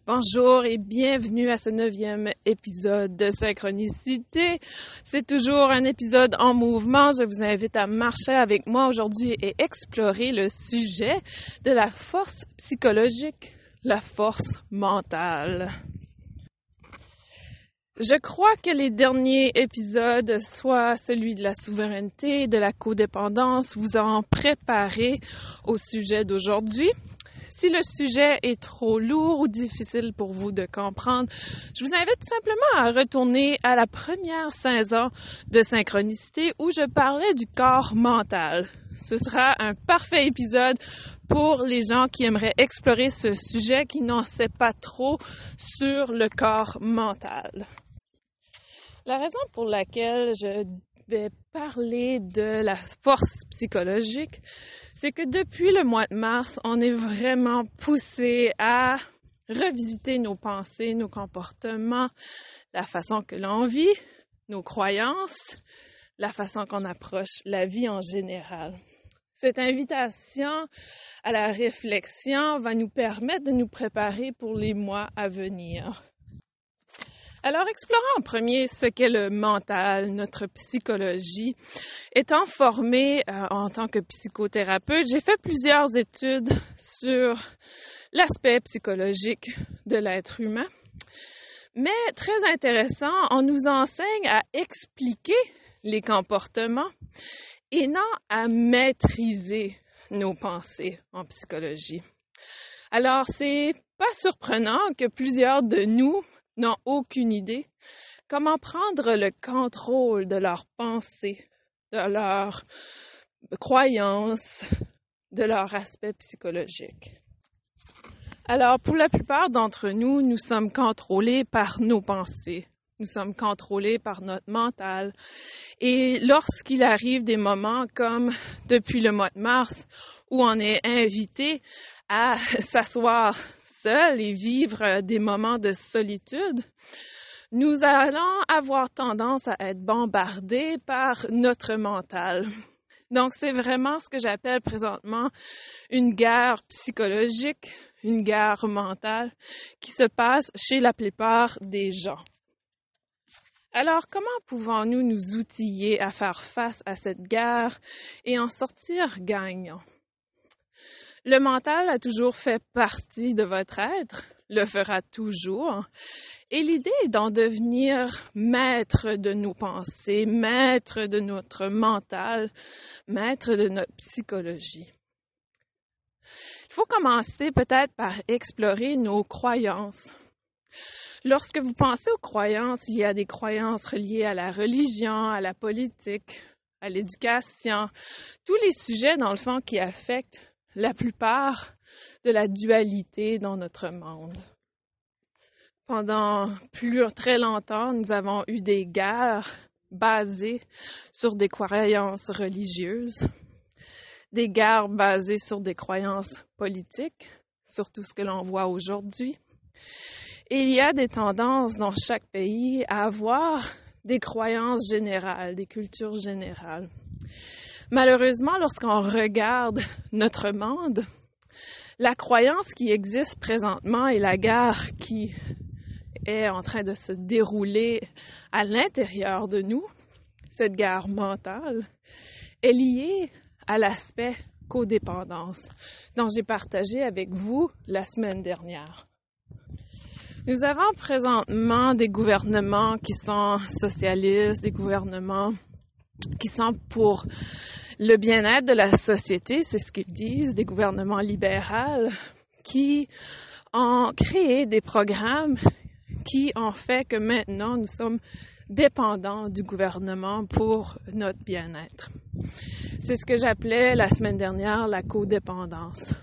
Bonjour et bienvenue à ce 9e épisode de Synchronicité. C'est toujours un épisode en mouvement. Je vous invite à marcher avec moi aujourd'hui et explorer le sujet de la force psychologique, la force mentale. Je crois que les derniers épisodes, soit celui de la souveraineté, de la codépendance, vous ont préparé au sujet d'aujourd'hui. Si le sujet est trop lourd ou difficile pour vous de comprendre, je vous invite simplement à retourner à la première saison de Synchronicité où je parlais du corps mental. Ce sera un parfait épisode pour les gens qui aimeraient explorer ce sujet, qui n'en sait pas trop sur le corps mental. La raison pour laquelle je vais parler de la force psychologique, c'est que depuis le mois de mars, on est vraiment poussé à revisiter nos pensées, nos comportements, la façon que l'on vit, nos croyances, la façon qu'on approche la vie en général. Cette invitation à la réflexion va nous permettre de nous préparer pour les mois à venir. Alors, explorons en premier ce qu'est le mental, notre psychologie. Étant formée en tant que psychothérapeute, j'ai fait plusieurs études sur l'aspect psychologique de l'être humain. Mais très intéressant, on nous enseigne à expliquer les comportements et non à maîtriser nos pensées en psychologie. Alors, c'est pas surprenant que plusieurs de nous n'ont aucune idée comment prendre le contrôle de leurs pensées, de leurs croyances, de leur aspect psychologique. Alors, pour la plupart d'entre nous, nous sommes contrôlés par nos pensées. Nous sommes contrôlés par notre mental. Et lorsqu'il arrive des moments comme depuis le mois de mars, où on est invité à s'asseoir seul et vivre des moments de solitude, nous allons avoir tendance à être bombardés par notre mental. Donc, c'est vraiment ce que j'appelle présentement une guerre psychologique, une guerre mentale qui se passe chez la plupart des gens. Alors, comment pouvons-nous nous outiller à faire face à cette guerre et en sortir gagnants? Le mental a toujours fait partie de votre être, le fera toujours, et l'idée est d'en devenir maître de nos pensées, maître de notre mental, maître de notre psychologie. Il faut commencer peut-être par explorer nos croyances. Lorsque vous pensez aux croyances, il y a des croyances reliées à la religion, à la politique, à l'éducation, tous les sujets dans le fond qui affectent la plupart de la dualité dans notre monde. Pendant très longtemps, nous avons eu des guerres basées sur des croyances religieuses, des guerres basées sur des croyances politiques, sur tout ce que l'on voit aujourd'hui. Et il y a des tendances dans chaque pays à avoir des croyances générales, des cultures générales. Malheureusement, lorsqu'on regarde notre monde, la croyance qui existe présentement et la guerre qui est en train de se dérouler à l'intérieur de nous, cette guerre mentale, est liée à l'aspect codépendance dont j'ai partagé avec vous la semaine dernière. Nous avons présentement des gouvernements qui sont socialistes, des gouvernements qui sont pour le bien-être de la société, c'est ce qu'ils disent, des gouvernements libéraux qui ont créé des programmes qui ont fait que maintenant nous sommes dépendants du gouvernement pour notre bien-être. C'est ce que j'appelais la semaine dernière la codépendance.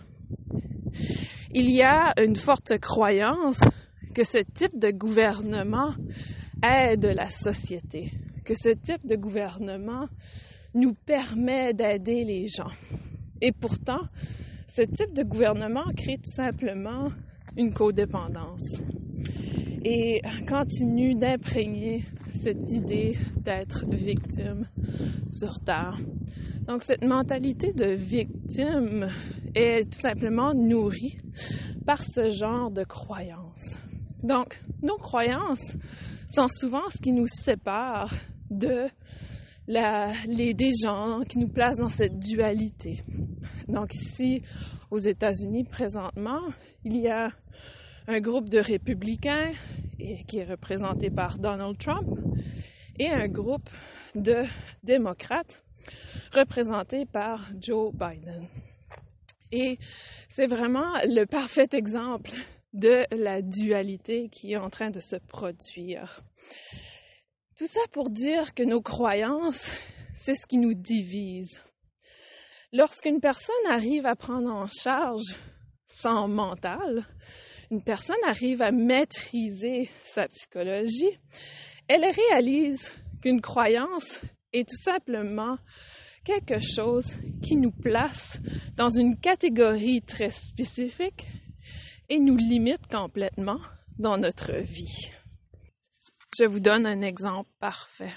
Il y a une forte croyance que ce type de gouvernement aide la société, que ce type de gouvernement nous permet d'aider les gens. Et pourtant, ce type de gouvernement crée tout simplement une codépendance et continue d'imprégner cette idée d'être victime sur Terre. Donc, cette mentalité de victime est tout simplement nourrie par ce genre de croyances. Donc, nos croyances sont souvent ce qui nous sépare des gens qui nous placent dans cette dualité. Donc ici, aux États-Unis, présentement, il y a un groupe de républicains qui est représenté par Donald Trump et un groupe de démocrates représenté par Joe Biden. Et c'est vraiment le parfait exemple de la dualité qui est en train de se produire. Tout ça pour dire que nos croyances, c'est ce qui nous divise. Lorsqu'une personne arrive à prendre en charge son mental, une personne arrive à maîtriser sa psychologie, elle réalise qu'une croyance est tout simplement quelque chose qui nous place dans une catégorie très spécifique et nous limite complètement dans notre vie. Je vous donne un exemple parfait.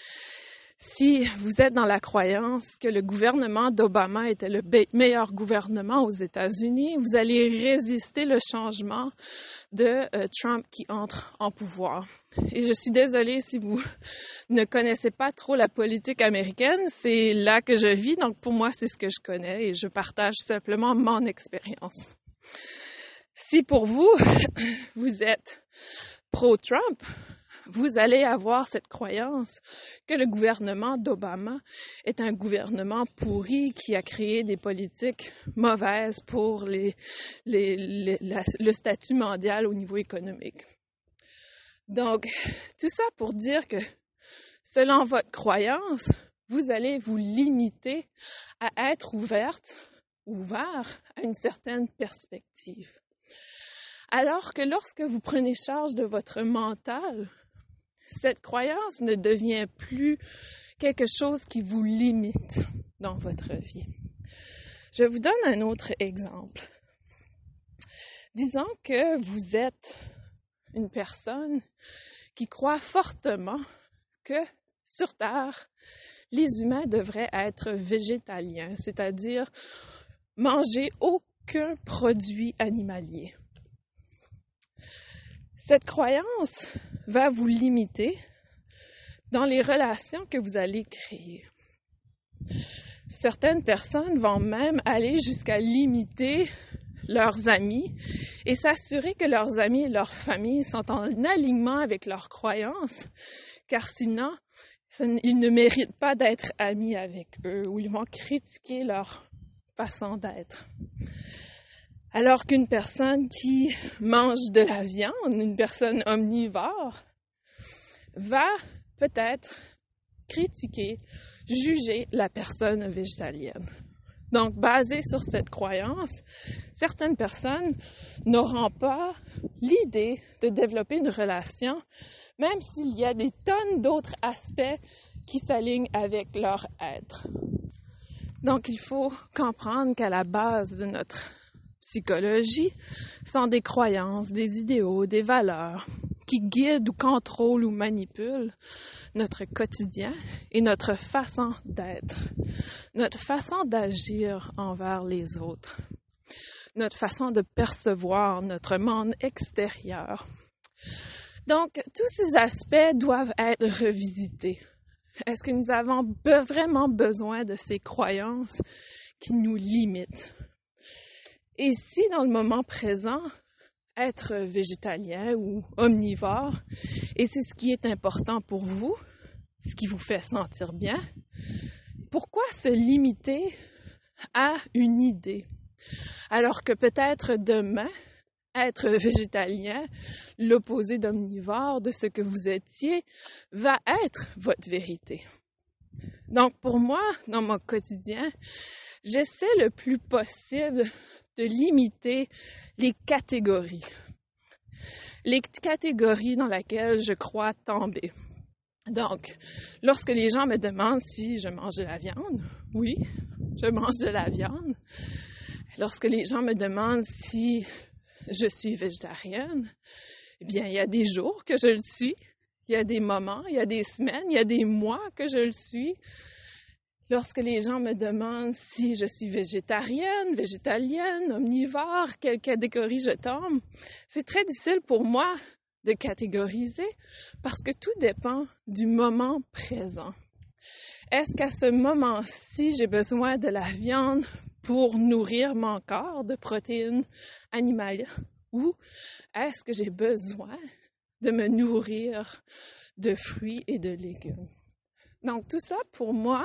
Si vous êtes dans la croyance que le gouvernement d'Obama était le meilleur gouvernement aux États-Unis, vous allez résister le changement de Trump qui entre en pouvoir. Et je suis désolée si vous ne connaissez pas trop la politique américaine, c'est là que je vis, donc pour moi c'est ce que je connais et je partage simplement mon expérience. Si pour vous, vous êtes pro-Trump, vous allez avoir cette croyance que le gouvernement d'Obama est un gouvernement pourri qui a créé des politiques mauvaises pour le statut mondial au niveau économique. Donc, tout ça pour dire que, selon votre croyance, vous allez vous limiter à être ouvert à une certaine perspective. Alors que lorsque vous prenez charge de votre mental, cette croyance ne devient plus quelque chose qui vous limite dans votre vie. Je vous donne un autre exemple. Disons que vous êtes une personne qui croit fortement que sur Terre, les humains devraient être végétaliens, c'est-à-dire manger aucun produit animalier. Cette croyance va vous limiter dans les relations que vous allez créer. Certaines personnes vont même aller jusqu'à limiter leurs amis et s'assurer que leurs amis et leurs familles sont en alignement avec leurs croyances, car sinon, ils ne méritent pas d'être amis avec eux ou ils vont critiquer leur façon d'être. Alors qu'une personne qui mange de la viande, une personne omnivore, va peut-être critiquer, juger la personne végétalienne. Donc, basé sur cette croyance, certaines personnes n'auront pas l'idée de développer une relation, même s'il y a des tonnes d'autres aspects qui s'alignent avec leur être. Donc, il faut comprendre qu'à la base de notre psychologie sont des croyances, des idéaux, des valeurs qui guident ou contrôlent ou manipulent notre quotidien et notre façon d'être, notre façon d'agir envers les autres, notre façon de percevoir notre monde extérieur. Donc, tous ces aspects doivent être revisités. Est-ce que nous avons vraiment besoin de ces croyances qui nous limitent? Et si, dans le moment présent, être végétalien ou omnivore, et c'est ce qui est important pour vous, ce qui vous fait sentir bien, pourquoi se limiter à une idée? Alors que peut-être demain, être végétalien, l'opposé d'omnivore, de ce que vous étiez, va être votre vérité. Donc pour moi, dans mon quotidien, j'essaie le plus possible de limiter les catégories. Les catégories dans lesquelles je crois tomber. Donc, lorsque les gens me demandent si je mange de la viande, oui, je mange de la viande. Lorsque les gens me demandent si je suis végétarienne, eh bien, il y a des jours que je le suis, il y a des moments, il y a des semaines, il y a des mois que je le suis. lorsque les gens me demandent si je suis végétarienne, végétalienne, omnivore, quelle catégorie je tombe, c'est très difficile pour moi de catégoriser parce que tout dépend du moment présent. Est-ce qu'à ce moment-ci, j'ai besoin de la viande pour nourrir mon corps de protéines animales ou est-ce que j'ai besoin de me nourrir de fruits et de légumes? Donc tout ça, pour moi,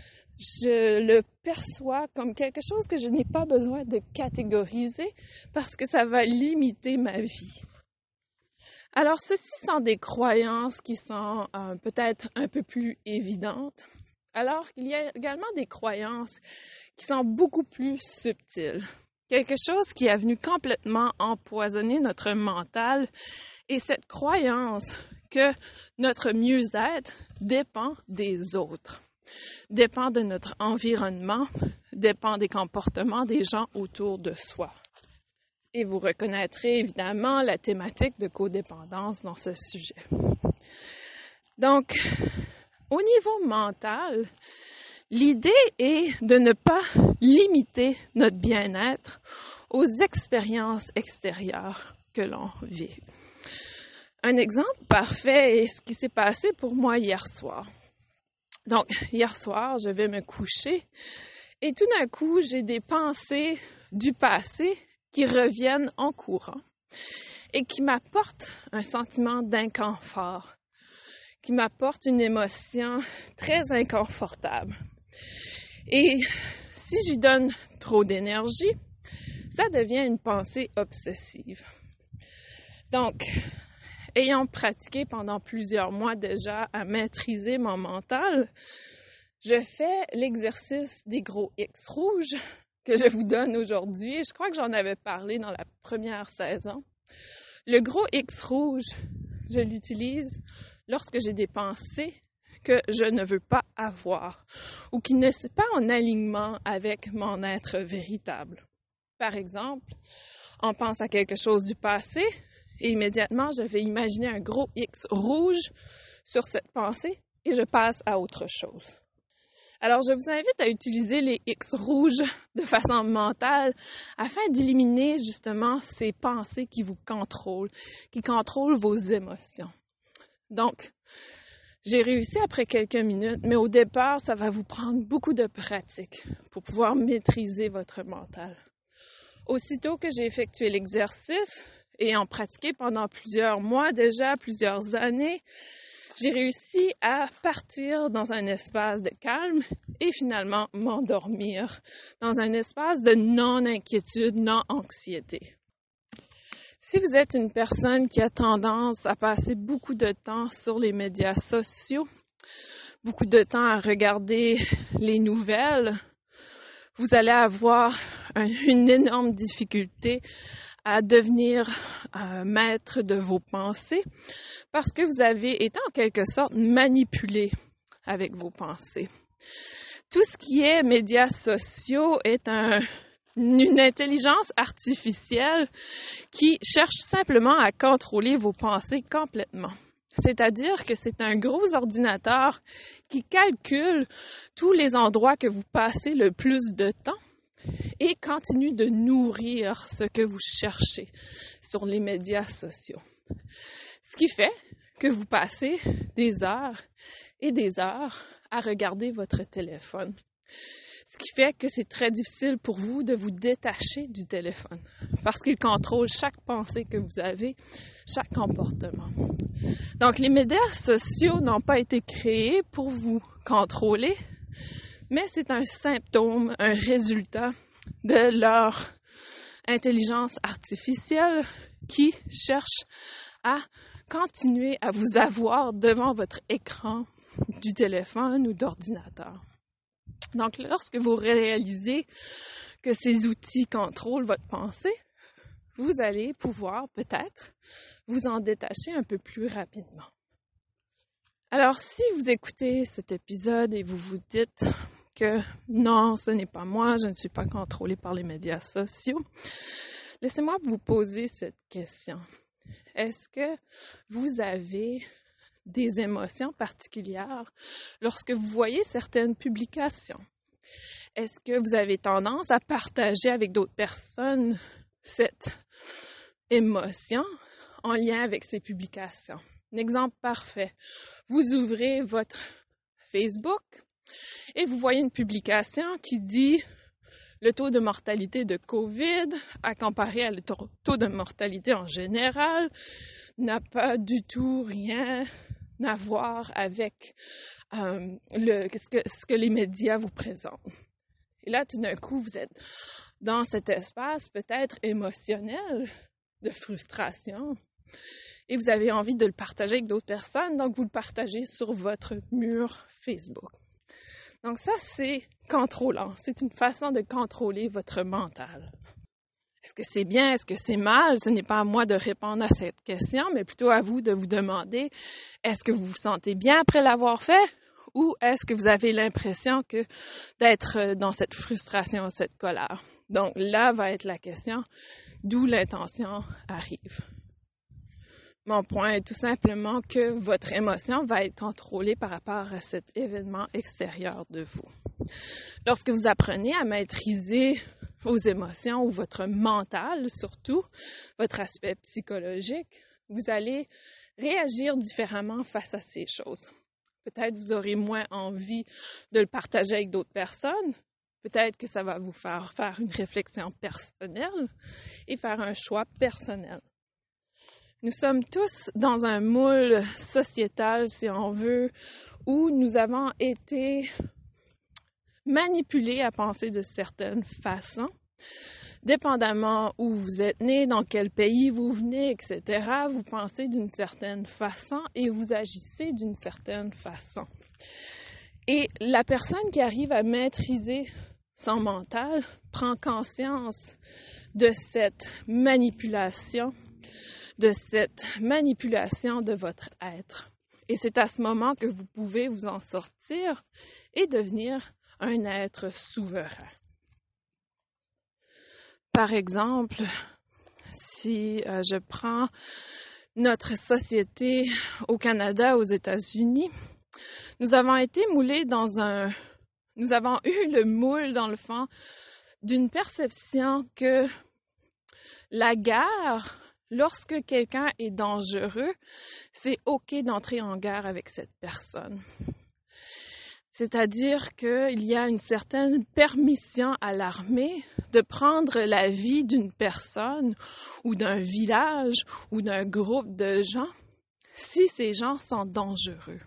je le perçois comme quelque chose que je n'ai pas besoin de catégoriser parce que ça va limiter ma vie. Alors, ceci sont des croyances qui sont peut-être un peu plus évidentes, alors qu'il y a également des croyances qui sont beaucoup plus subtiles. Quelque chose qui est venu complètement empoisonner notre mental et cette croyance que notre mieux-être dépend des autres, dépend de notre environnement, dépend des comportements des gens autour de soi. Et vous reconnaîtrez évidemment la thématique de codépendance dans ce sujet. Donc, au niveau mental, l'idée est de ne pas limiter notre bien-être aux expériences extérieures que l'on vit. Un exemple parfait est ce qui s'est passé pour moi hier soir. Donc, hier soir, je vais me coucher et tout d'un coup, j'ai des pensées du passé qui reviennent en courant et qui m'apportent un sentiment d'inconfort, qui m'apportent une émotion très inconfortable. Et si j'y donne trop d'énergie, ça devient une pensée obsessive. Donc, ayant pratiqué pendant plusieurs mois déjà à maîtriser mon mental, je fais l'exercice des gros X rouges que je vous donne aujourd'hui. Je crois que j'en avais parlé dans la première saison. Le gros X rouge, je l'utilise lorsque j'ai des pensées que je ne veux pas avoir ou qui ne sont pas en alignement avec mon être véritable. Par exemple, on pense à quelque chose du passé et immédiatement, je vais imaginer un gros X rouge sur cette pensée et je passe à autre chose. Alors, je vous invite à utiliser les X rouges de façon mentale afin d'éliminer justement ces pensées qui vous contrôlent, qui contrôlent vos émotions. Donc, j'ai réussi après quelques minutes, mais au départ, ça va vous prendre beaucoup de pratique pour pouvoir maîtriser votre mental. Aussitôt que j'ai effectué l'exercice et en pratiqué pendant plusieurs mois déjà, plusieurs années, j'ai réussi à partir dans un espace de calme et finalement m'endormir dans un espace de non-inquiétude, non-anxiété. Si vous êtes une personne qui a tendance à passer beaucoup de temps sur les médias sociaux, beaucoup de temps à regarder les nouvelles, vous allez avoir une énorme difficulté à devenir maître de vos pensées parce que vous avez été en quelque sorte manipulé avec vos pensées. Tout ce qui est médias sociaux est une intelligence artificielle qui cherche simplement à contrôler vos pensées complètement. C'est-à-dire que c'est un gros ordinateur qui calcule tous les endroits que vous passez le plus de temps et continue de nourrir ce que vous cherchez sur les médias sociaux. Ce qui fait que vous passez des heures et des heures à regarder votre téléphone. Ce qui fait que c'est très difficile pour vous de vous détacher du téléphone parce qu'il contrôle chaque pensée que vous avez, chaque comportement. Donc, les médias sociaux n'ont pas été créés pour vous contrôler, mais c'est un symptôme, un résultat de leur intelligence artificielle qui cherche à continuer à vous avoir devant votre écran du téléphone ou d'ordinateur. Donc, lorsque vous réalisez que ces outils contrôlent votre pensée, vous allez pouvoir peut-être vous en détacher un peu plus rapidement. Alors, si vous écoutez cet épisode et vous vous dites que non, ce n'est pas moi, je ne suis pas contrôlée par les médias sociaux, laissez-moi vous poser cette question. Est-ce que vous avez des émotions particulières lorsque vous voyez certaines publications? Est-ce que vous avez tendance à partager avec d'autres personnes cette émotion en lien avec ces publications? Un exemple parfait. Vous ouvrez votre Facebook et vous voyez une publication qui dit le taux de mortalité de COVID à comparer à le taux de mortalité en général n'a pas du tout rien à voir avec ce que les médias vous présentent. Et là, tout d'un coup, vous êtes dans cet espace peut-être émotionnel de frustration et vous avez envie de le partager avec d'autres personnes, donc vous le partagez sur votre mur Facebook. Donc ça, c'est contrôlant. C'est une façon de contrôler votre mental. Est-ce que c'est bien? Est-ce que c'est mal? Ce n'est pas à moi de répondre à cette question, mais plutôt à vous de vous demander, est-ce que vous vous sentez bien après l'avoir fait? Ou est-ce que vous avez l'impression d'être dans cette frustration, cette colère? Donc là va être la question, d'où l'intention arrive. Mon point est tout simplement que votre émotion va être contrôlée par rapport à cet événement extérieur de vous. Lorsque vous apprenez à maîtriser vos émotions ou votre mental surtout, votre aspect psychologique, vous allez réagir différemment face à ces choses. Peut-être vous aurez moins envie de le partager avec d'autres personnes. Peut-être que ça va vous faire une réflexion personnelle et faire un choix personnel. Nous sommes tous dans un moule sociétal, si on veut, où nous avons été manipulés à penser de certaines façons, dépendamment où vous êtes né, dans quel pays vous venez, etc. Vous pensez d'une certaine façon et vous agissez d'une certaine façon. Et la personne qui arrive à maîtriser son mental prend conscience de cette manipulation de votre être. Et c'est à ce moment que vous pouvez vous en sortir et devenir un être souverain. Par exemple, si je prends notre société au Canada, aux États-Unis, nous avons été moulés nous avons eu le moule, dans le fond, d'une perception que la guerre, lorsque quelqu'un est dangereux, c'est OK d'entrer en guerre avec cette personne. C'est-à-dire qu'il y a une certaine permission à l'armée de prendre la vie d'une personne ou d'un village ou d'un groupe de gens si ces gens sont dangereux.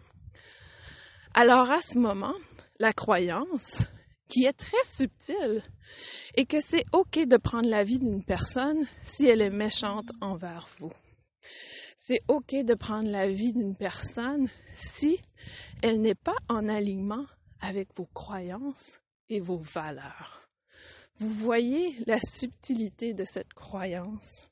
Alors à ce moment, la croyance, qui est très subtile, est que c'est OK de prendre la vie d'une personne si elle est méchante envers vous. C'est OK de prendre la vie d'une personne si elle n'est pas en alignement avec vos croyances et vos valeurs. Vous voyez la subtilité de cette croyance.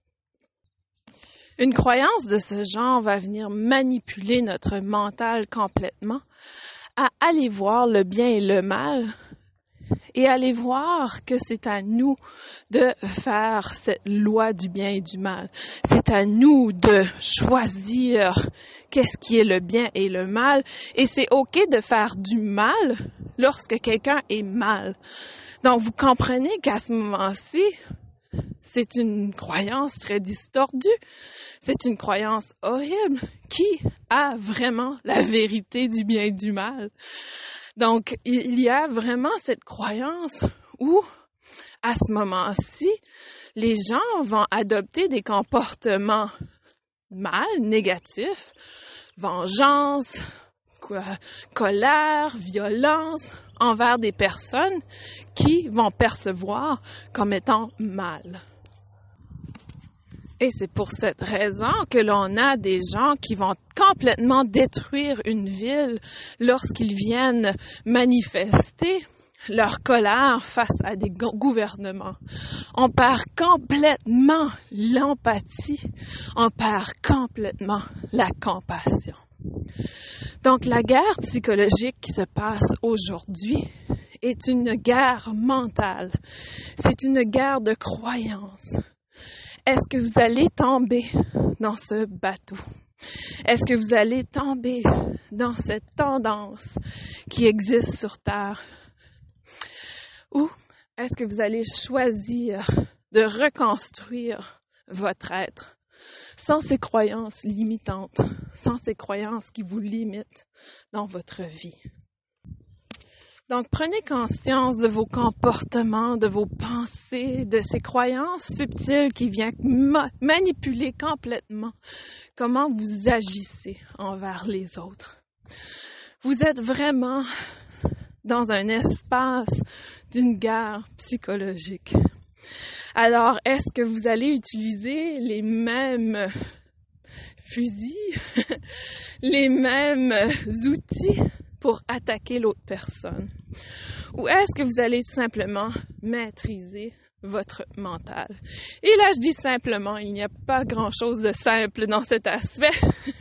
Une croyance de ce genre va venir manipuler notre mental complètement à aller voir le bien et le mal et aller voir que c'est à nous de faire cette loi du bien et du mal. C'est à nous de choisir qu'est-ce qui est le bien et le mal. Et c'est OK de faire du mal lorsque quelqu'un est mal. Donc, vous comprenez qu'à ce moment-ci, c'est une croyance très distordue. C'est une croyance horrible. Qui a vraiment la vérité du bien et du mal? Donc, il y a vraiment cette croyance où, à ce moment-ci, les gens vont adopter des comportements mal, négatifs, vengeance, colère, violence envers des personnes qui vont percevoir comme étant mal. Et c'est pour cette raison que l'on a des gens qui vont complètement détruire une ville lorsqu'ils viennent manifester leur colère face à des gouvernements. On perd complètement l'empathie, on perd complètement la compassion. Donc la guerre psychologique qui se passe aujourd'hui est une guerre mentale. C'est une guerre de croyances. Est-ce que vous allez tomber dans ce bateau? Est-ce que vous allez tomber dans cette tendance qui existe sur Terre? Ou est-ce que vous allez choisir de reconstruire votre être sans ces croyances limitantes, sans ces croyances qui vous limitent dans votre vie? Donc, prenez conscience de vos comportements, de vos pensées, de ces croyances subtiles qui viennent manipuler complètement comment vous agissez envers les autres. Vous êtes vraiment dans un espace d'une guerre psychologique. Alors, est-ce que vous allez utiliser les mêmes fusils, les mêmes outils pour attaquer l'autre personne? Ou est-ce que vous allez tout simplement maîtriser votre mental? Et là, je dis simplement, il n'y a pas grand-chose de simple dans cet aspect.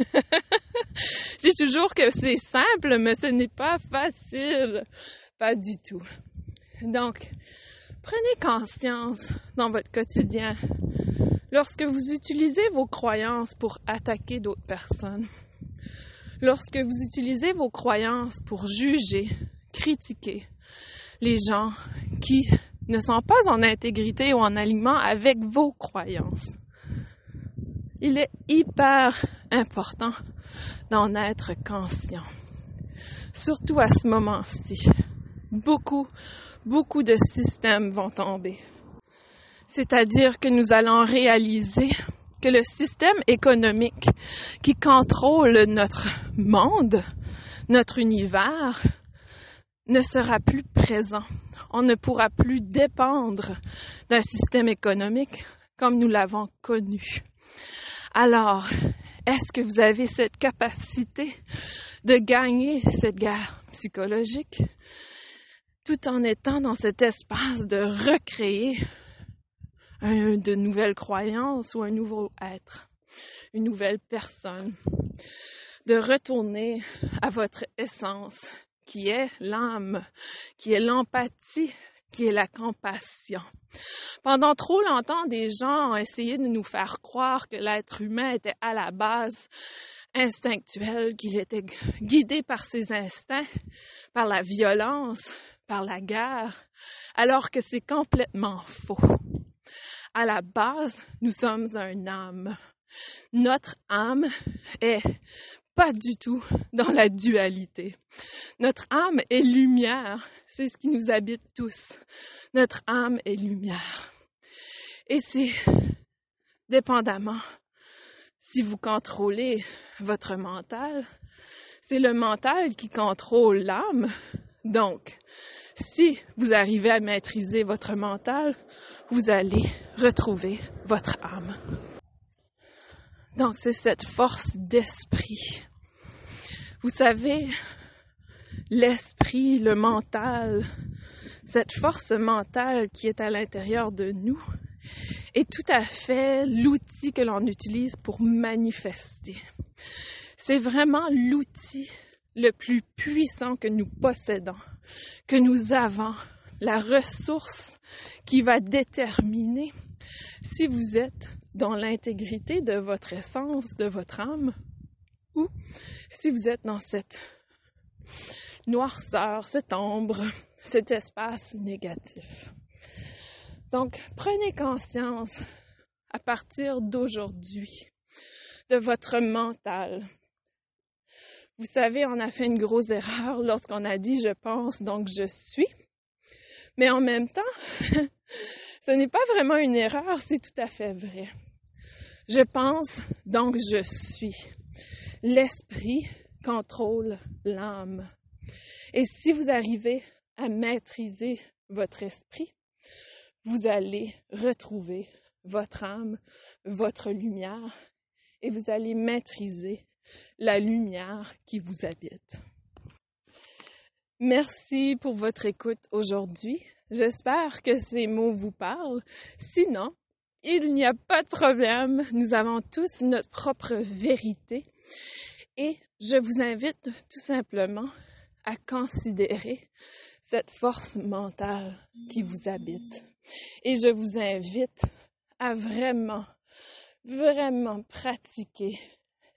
Je dis toujours que c'est simple, mais ce n'est pas facile. Pas du tout. Donc, prenez conscience dans votre quotidien lorsque vous utilisez vos croyances pour attaquer d'autres personnes. Lorsque vous utilisez vos croyances pour juger, critiquer les gens qui ne sont pas en intégrité ou en alignement avec vos croyances. Il est hyper important d'en être conscient. Surtout à ce moment-ci. Beaucoup de systèmes vont tomber. C'est-à-dire que nous allons réaliser que le système économique qui contrôle notre monde, notre univers, ne sera plus présent. On ne pourra plus dépendre d'un système économique comme nous l'avons connu. Alors, est-ce que vous avez cette capacité de gagner cette guerre psychologique tout en étant dans cet espace de recréer de nouvelles croyances ou un nouveau être, une nouvelle personne, de retourner à votre essence qui est l'âme, qui est l'empathie, qui est la compassion. Pendant trop longtemps, des gens ont essayé de nous faire croire que l'être humain était à la base instinctuel, qu'il était guidé par ses instincts, par la violence, par la guerre, alors que c'est complètement faux. À la base, nous sommes un âme. Notre âme est pas du tout dans la dualité. Notre âme est lumière. C'est ce qui nous habite tous. Notre âme est lumière. Et c'est dépendamment si vous contrôlez votre mental, c'est le mental qui contrôle l'âme. Donc, si vous arrivez à maîtriser votre mental, vous allez retrouver votre âme. Donc, c'est cette force d'esprit. Vous savez, l'esprit, le mental, cette force mentale qui est à l'intérieur de nous est tout à fait l'outil que l'on utilise pour manifester. C'est vraiment l'outil le plus puissant que nous possédons, que nous avons, la ressource qui va déterminer si vous êtes dans l'intégrité de votre essence, de votre âme, ou si vous êtes dans cette noirceur, cette ombre, cet espace négatif. Donc, prenez conscience à partir d'aujourd'hui de votre mental. Vous savez, on a fait une grosse erreur lorsqu'on a dit « je pense, donc je suis ». Mais en même temps, ce n'est pas vraiment une erreur, c'est tout à fait vrai. Je pense, donc je suis. L'esprit contrôle l'âme. Et si vous arrivez à maîtriser votre esprit, vous allez retrouver votre âme, votre lumière, et vous allez maîtriser la lumière qui vous habite. Merci pour votre écoute aujourd'hui. J'espère que ces mots vous parlent. Sinon, il n'y a pas de problème. Nous avons tous notre propre vérité. Et je vous invite tout simplement à considérer cette force mentale qui vous habite. Et je vous invite à vraiment pratiquer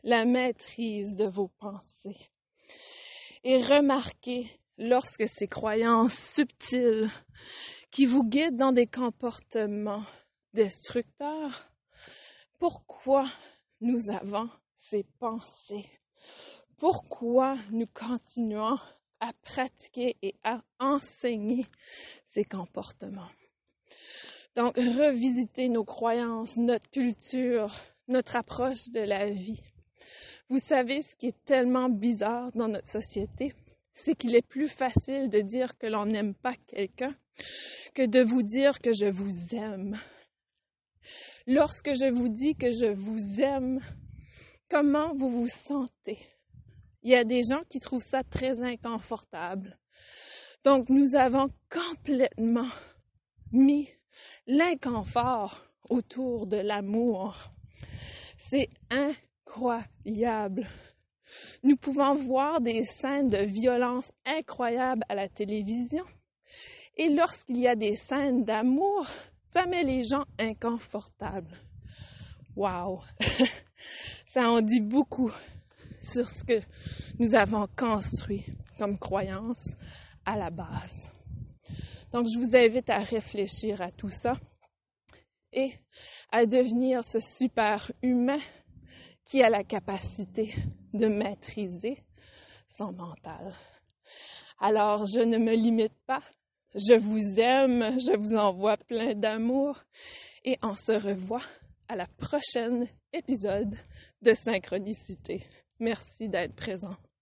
la maîtrise de vos pensées. Et remarquez, lorsque ces croyances subtiles qui vous guident dans des comportements destructeurs, pourquoi nous avons ces pensées? Pourquoi nous continuons à pratiquer et à enseigner ces comportements? Donc, revisiter nos croyances, notre culture, notre approche de la vie. Vous savez, ce qui est tellement bizarre dans notre société, c'est qu'il est plus facile de dire que l'on n'aime pas quelqu'un que de vous dire que je vous aime. Lorsque je vous dis que je vous aime, comment vous vous sentez? Il y a des gens qui trouvent ça très inconfortable. Donc, nous avons complètement mis l'inconfort autour de l'amour. C'est incroyable. Nous pouvons voir des scènes de violence incroyables à la télévision. Et lorsqu'il y a des scènes d'amour, ça met les gens inconfortables. Wow! Ça en dit beaucoup sur ce que nous avons construit comme croyance à la base. Donc, je vous invite à réfléchir à tout ça et à devenir ce super humain qui a la capacité de maîtriser son mental. Alors, je ne me limite pas. Je vous aime, je vous envoie plein d'amour et on se revoit à la prochaine épisode de Synchronicité. Merci d'être présent.